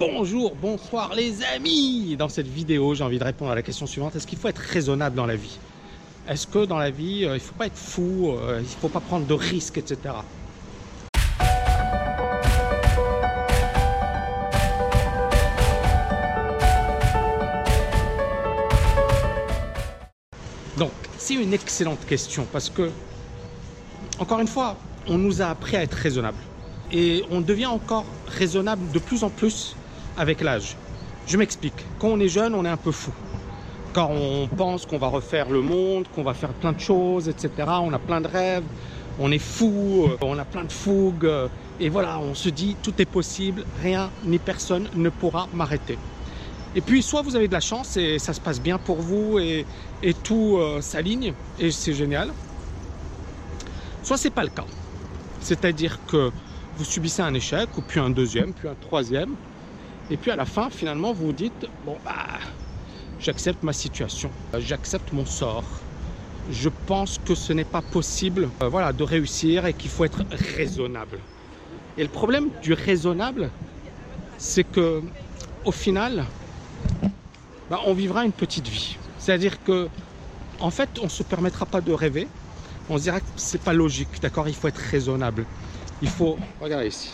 Bonjour, bonsoir les amis. Dans cette vidéo, j'ai envie de répondre à la question suivante. Est-ce qu'il faut être raisonnable dans la vie? Est-ce que dans la vie, il ne faut pas être fou, il ne faut pas prendre de risques, etc. Donc, c'est une excellente question parce que, encore une fois, on nous a appris à être raisonnable. Et on devient encore raisonnable de plus en plus avec l'âge. Je m'explique. Quand on est jeune, on est un peu fou. Quand on pense qu'on va refaire le monde, qu'on va faire plein de choses, etc. On a plein de rêves, on est fou, on a plein de fougue. Et voilà, on se dit tout est possible, rien ni personne ne pourra m'arrêter. Et puis, soit vous avez de la chance et ça se passe bien pour vous et tout s'aligne et c'est génial. Soit c'est pas le cas. C'est-à-dire que vous subissez un échec, ou puis un deuxième, puis un troisième. Et puis à la fin, finalement, vous vous dites, bon, bah, j'accepte ma situation, j'accepte mon sort. Je pense que ce n'est pas possible voilà, de réussir et qu'il faut être raisonnable. Et le problème du raisonnable, c'est que au final, bah, on vivra une petite vie. C'est-à-dire que, en fait, on ne se permettra pas de rêver. On se dira que ce n'est pas logique, d'accord? Il faut être raisonnable. Il faut... Regardez ici.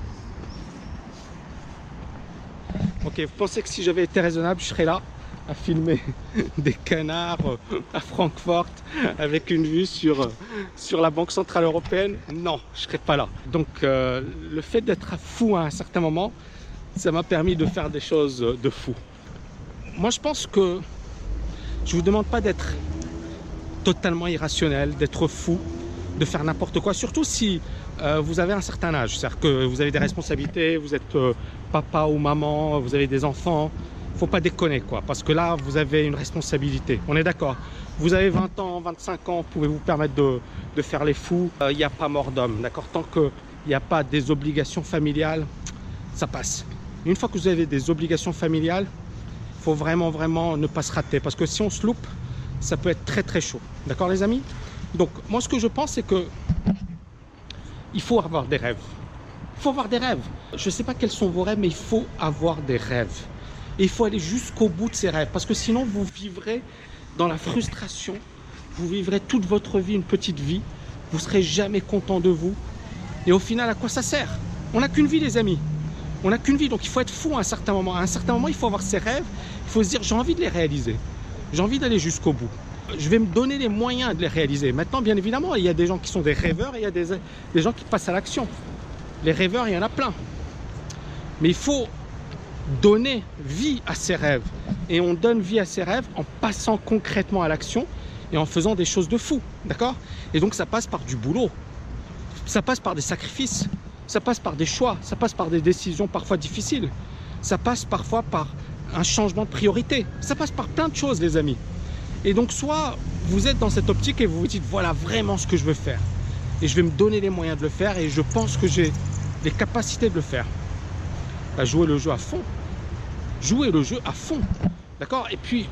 Ok, vous pensez que si j'avais été raisonnable, je serais là à filmer des canards à Francfort avec une vue sur la Banque Centrale Européenne? Non, je ne serais pas là. Donc le fait d'être fou à un certain moment, ça m'a permis de faire des choses de fou. Moi, je pense que je ne vous demande pas d'être totalement irrationnel, d'être fou, de faire n'importe quoi, surtout si vous avez un certain âge, c'est-à-dire que vous avez des responsabilités, vous êtes papa ou maman, vous avez des enfants, il ne faut pas déconner quoi, parce que là vous avez une responsabilité, on est d'accord. Vous avez 20 ans, 25 ans, vous pouvez vous permettre de faire les fous, il n'y a pas mort d'homme, d'accord, tant qu'il n'y a pas des obligations familiales, ça passe. Une fois que vous avez des obligations familiales, il faut vraiment ne pas se rater, parce que si on se loupe, ça peut être très chaud, d'accord les amis? Donc moi ce que je pense c'est que il faut avoir des rêves. Il faut avoir des rêves. Je ne sais pas quels sont vos rêves, mais il faut avoir des rêves. Et il faut aller jusqu'au bout de ces rêves. Parce que sinon, vous vivrez dans la frustration. Vous vivrez toute votre vie une petite vie. Vous ne serez jamais content de vous. Et au final, à quoi ça sert? On n'a qu'une vie, les amis. On n'a qu'une vie. Donc il faut être fou à un certain moment. À un certain moment, il faut avoir ses rêves. Il faut se dire, j'ai envie de les réaliser. J'ai envie d'aller jusqu'au bout. Je vais me donner les moyens de les réaliser. Maintenant, bien évidemment, il y a des gens qui sont des rêveurs et il y a des gens qui passent à l'action. Les rêveurs, il y en a plein. Mais il faut donner vie à ses rêves. Et on donne vie à ses rêves en passant concrètement à l'action et en faisant des choses de fou. D'accord? Et donc, ça passe par du boulot. Ça passe par des sacrifices. Ça passe par des choix. Ça passe par des décisions parfois difficiles. Ça passe parfois par un changement de priorité. Ça passe par plein de choses, les amis. Et donc, soit vous êtes dans cette optique et vous vous dites, voilà vraiment ce que je veux faire. Et je vais me donner les moyens de le faire et je pense que j'ai les capacités de le faire. Bah, jouez le jeu à fond. Jouez le jeu à fond. D'accord? Et puis,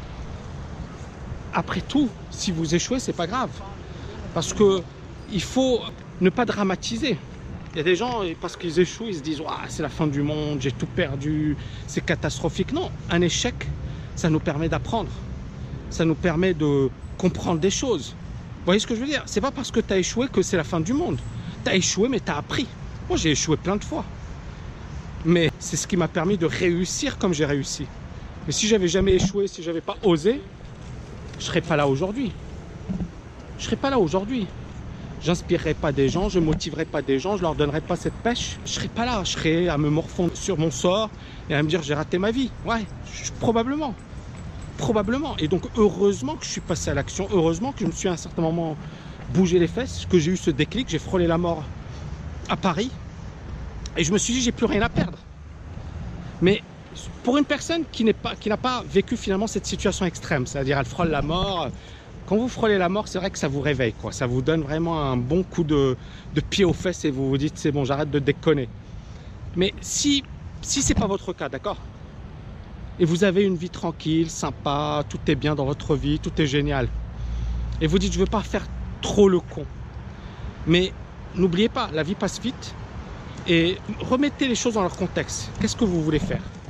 après tout, si vous échouez, c'est pas grave. Parce que il faut ne pas dramatiser. Il y a des gens, parce qu'ils échouent, ils se disent, ah, c'est la fin du monde, j'ai tout perdu, c'est catastrophique. Non, un échec, ça nous permet d'apprendre. Ça nous permet de comprendre des choses. Vous voyez ce que je veux dire? C'est pas parce que tu as échoué que c'est la fin du monde. Tu as échoué, mais tu as appris. Moi, j'ai échoué plein de fois. Mais c'est ce qui m'a permis de réussir comme j'ai réussi. Mais si j'avais jamais échoué, si j'avais pas osé, je serais pas là aujourd'hui. Je serais pas là aujourd'hui. J'inspirerais pas des gens, je motiverais pas des gens, je leur donnerais pas cette pêche. Je serais pas là. Je serais à me morfondre sur mon sort et à me dire j'ai raté ma vie. Ouais, probablement. Probablement. Et donc, heureusement que je suis passé à l'action. Heureusement que je me suis à un certain moment bougé les fesses, que j'ai eu ce déclic. J'ai frôlé la mort à Paris. Et je me suis dit, j'ai plus rien à perdre. Mais pour une personne qui n'a pas vécu finalement cette situation extrême, c'est-à-dire elle frôle la mort, quand vous frôlez la mort, c'est vrai que ça vous réveille, quoi. Ça vous donne vraiment un bon coup de pied aux fesses et vous vous dites, c'est bon, j'arrête de déconner. Mais si c'est pas votre cas, d'accord? Et vous avez une vie tranquille, sympa, tout est bien dans votre vie, tout est génial. Et vous dites, je ne veux pas faire trop le con. Mais n'oubliez pas, la vie passe vite. Et remettez les choses dans leur contexte. Qu'est-ce que vous voulez faire?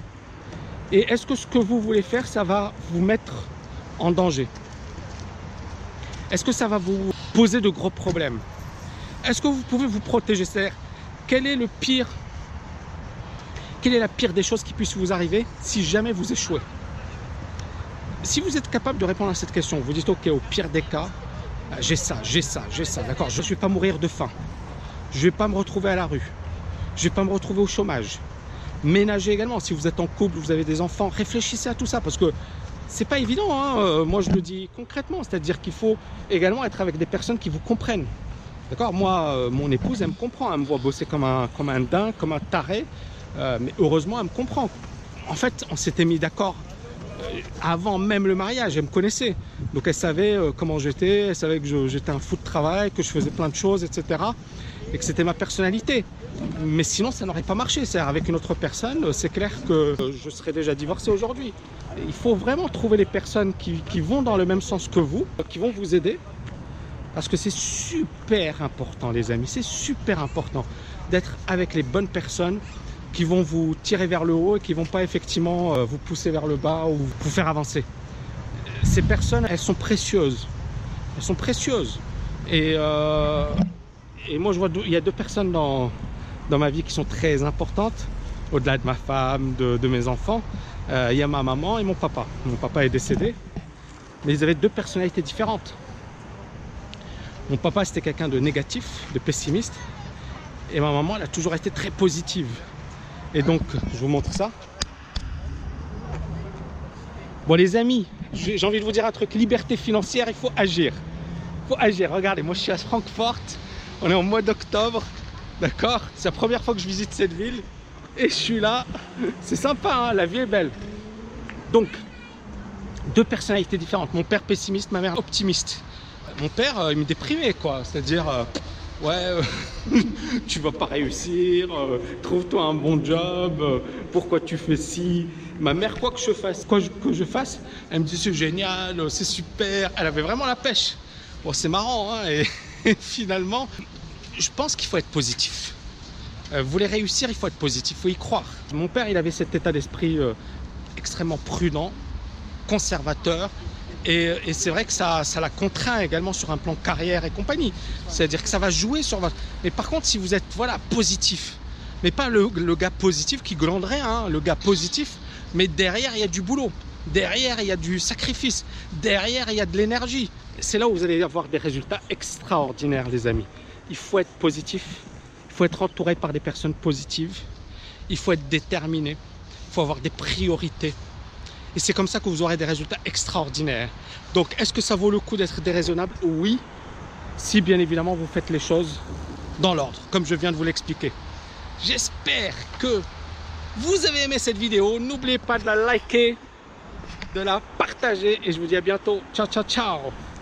Et est-ce que ce que vous voulez faire, ça va vous mettre en danger? Est-ce que ça va vous poser de gros problèmes? Est-ce que vous pouvez vous protéger? C'est-à-dire, quelle est la pire des choses qui puissent vous arriver si jamais vous échouez? Si vous êtes capable de répondre à cette question, vous dites ok, au pire des cas, j'ai ça, d'accord, je ne vais pas mourir de faim, je ne vais pas me retrouver à la rue, je ne vais pas me retrouver au chômage. Ménager également, si vous êtes en couple, vous avez des enfants, réfléchissez à tout ça parce que c'est pas évident, hein. Moi je le dis concrètement, c'est-à-dire qu'il faut également être avec des personnes qui vous comprennent. D'accord, moi, mon épouse, elle me comprend, elle me voit bosser comme un dingue, comme un taré, mais heureusement, elle me comprend. En fait, on s'était mis d'accord avant même le mariage, elle me connaissait. Donc elle savait comment j'étais, elle savait que j'étais un fou de travail, que je faisais plein de choses, etc. Et que c'était ma personnalité. Mais sinon, ça n'aurait pas marché. C'est-à-dire, avec une autre personne, c'est clair que je serais déjà divorcé aujourd'hui. Il faut vraiment trouver les personnes qui vont dans le même sens que vous, qui vont vous aider. Parce que c'est super important, les amis, c'est super important d'être avec les bonnes personnes qui vont vous tirer vers le haut et qui ne vont pas effectivement vous pousser vers le bas ou vous faire avancer. Ces personnes, elles sont précieuses. Elles sont précieuses. Et moi, je vois il y a deux personnes dans ma vie qui sont très importantes, au-delà de ma femme, de mes enfants. Il y a ma maman et mon papa. Mon papa est décédé, mais ils avaient deux personnalités différentes. Mon papa, c'était quelqu'un de négatif, de pessimiste. Et ma maman, elle a toujours été très positive. Et donc, je vous montre ça. Bon, les amis, j'ai envie de vous dire un truc. Liberté financière, il faut agir. Il faut agir. Regardez, moi, je suis à Francfort. On est en mois d'octobre. D'accord? C'est la première fois que je visite cette ville. Et je suis là. C'est sympa, hein, la vie est belle. Donc, deux personnalités différentes. Mon père pessimiste, ma mère optimiste. Mon père, il me déprimait, quoi. C'est-à-dire, ouais, tu vas pas réussir, trouve-toi un bon job, pourquoi tu fais ci? Ma mère, quoi que je fasse, elle me dit c'est génial, c'est super. Elle avait vraiment la pêche. Bon, c'est marrant, hein, et finalement, je pense qu'il faut être positif. Vous voulez réussir, il faut être positif, il faut y croire. Mon père, il avait cet état d'esprit extrêmement prudent, conservateur. Et c'est vrai que ça l'a contraint également sur un plan carrière et compagnie. C'est-à-dire que ça va jouer sur votre... Mais par contre, si vous êtes voilà, positif, mais pas le gars positif qui glanderait, hein, le gars positif, mais derrière, il y a du boulot. Derrière, il y a du sacrifice. Derrière, il y a de l'énergie. C'est là où vous allez avoir des résultats extraordinaires, les amis. Il faut être positif. Il faut être entouré par des personnes positives. Il faut être déterminé. Il faut avoir des priorités. Et c'est comme ça que vous aurez des résultats extraordinaires. Donc, est-ce que ça vaut le coup d'être déraisonnable? Oui, si bien évidemment vous faites les choses dans l'ordre, comme je viens de vous l'expliquer. J'espère que vous avez aimé cette vidéo. N'oubliez pas de la liker, de la partager. Et je vous dis à bientôt. Ciao, ciao, ciao.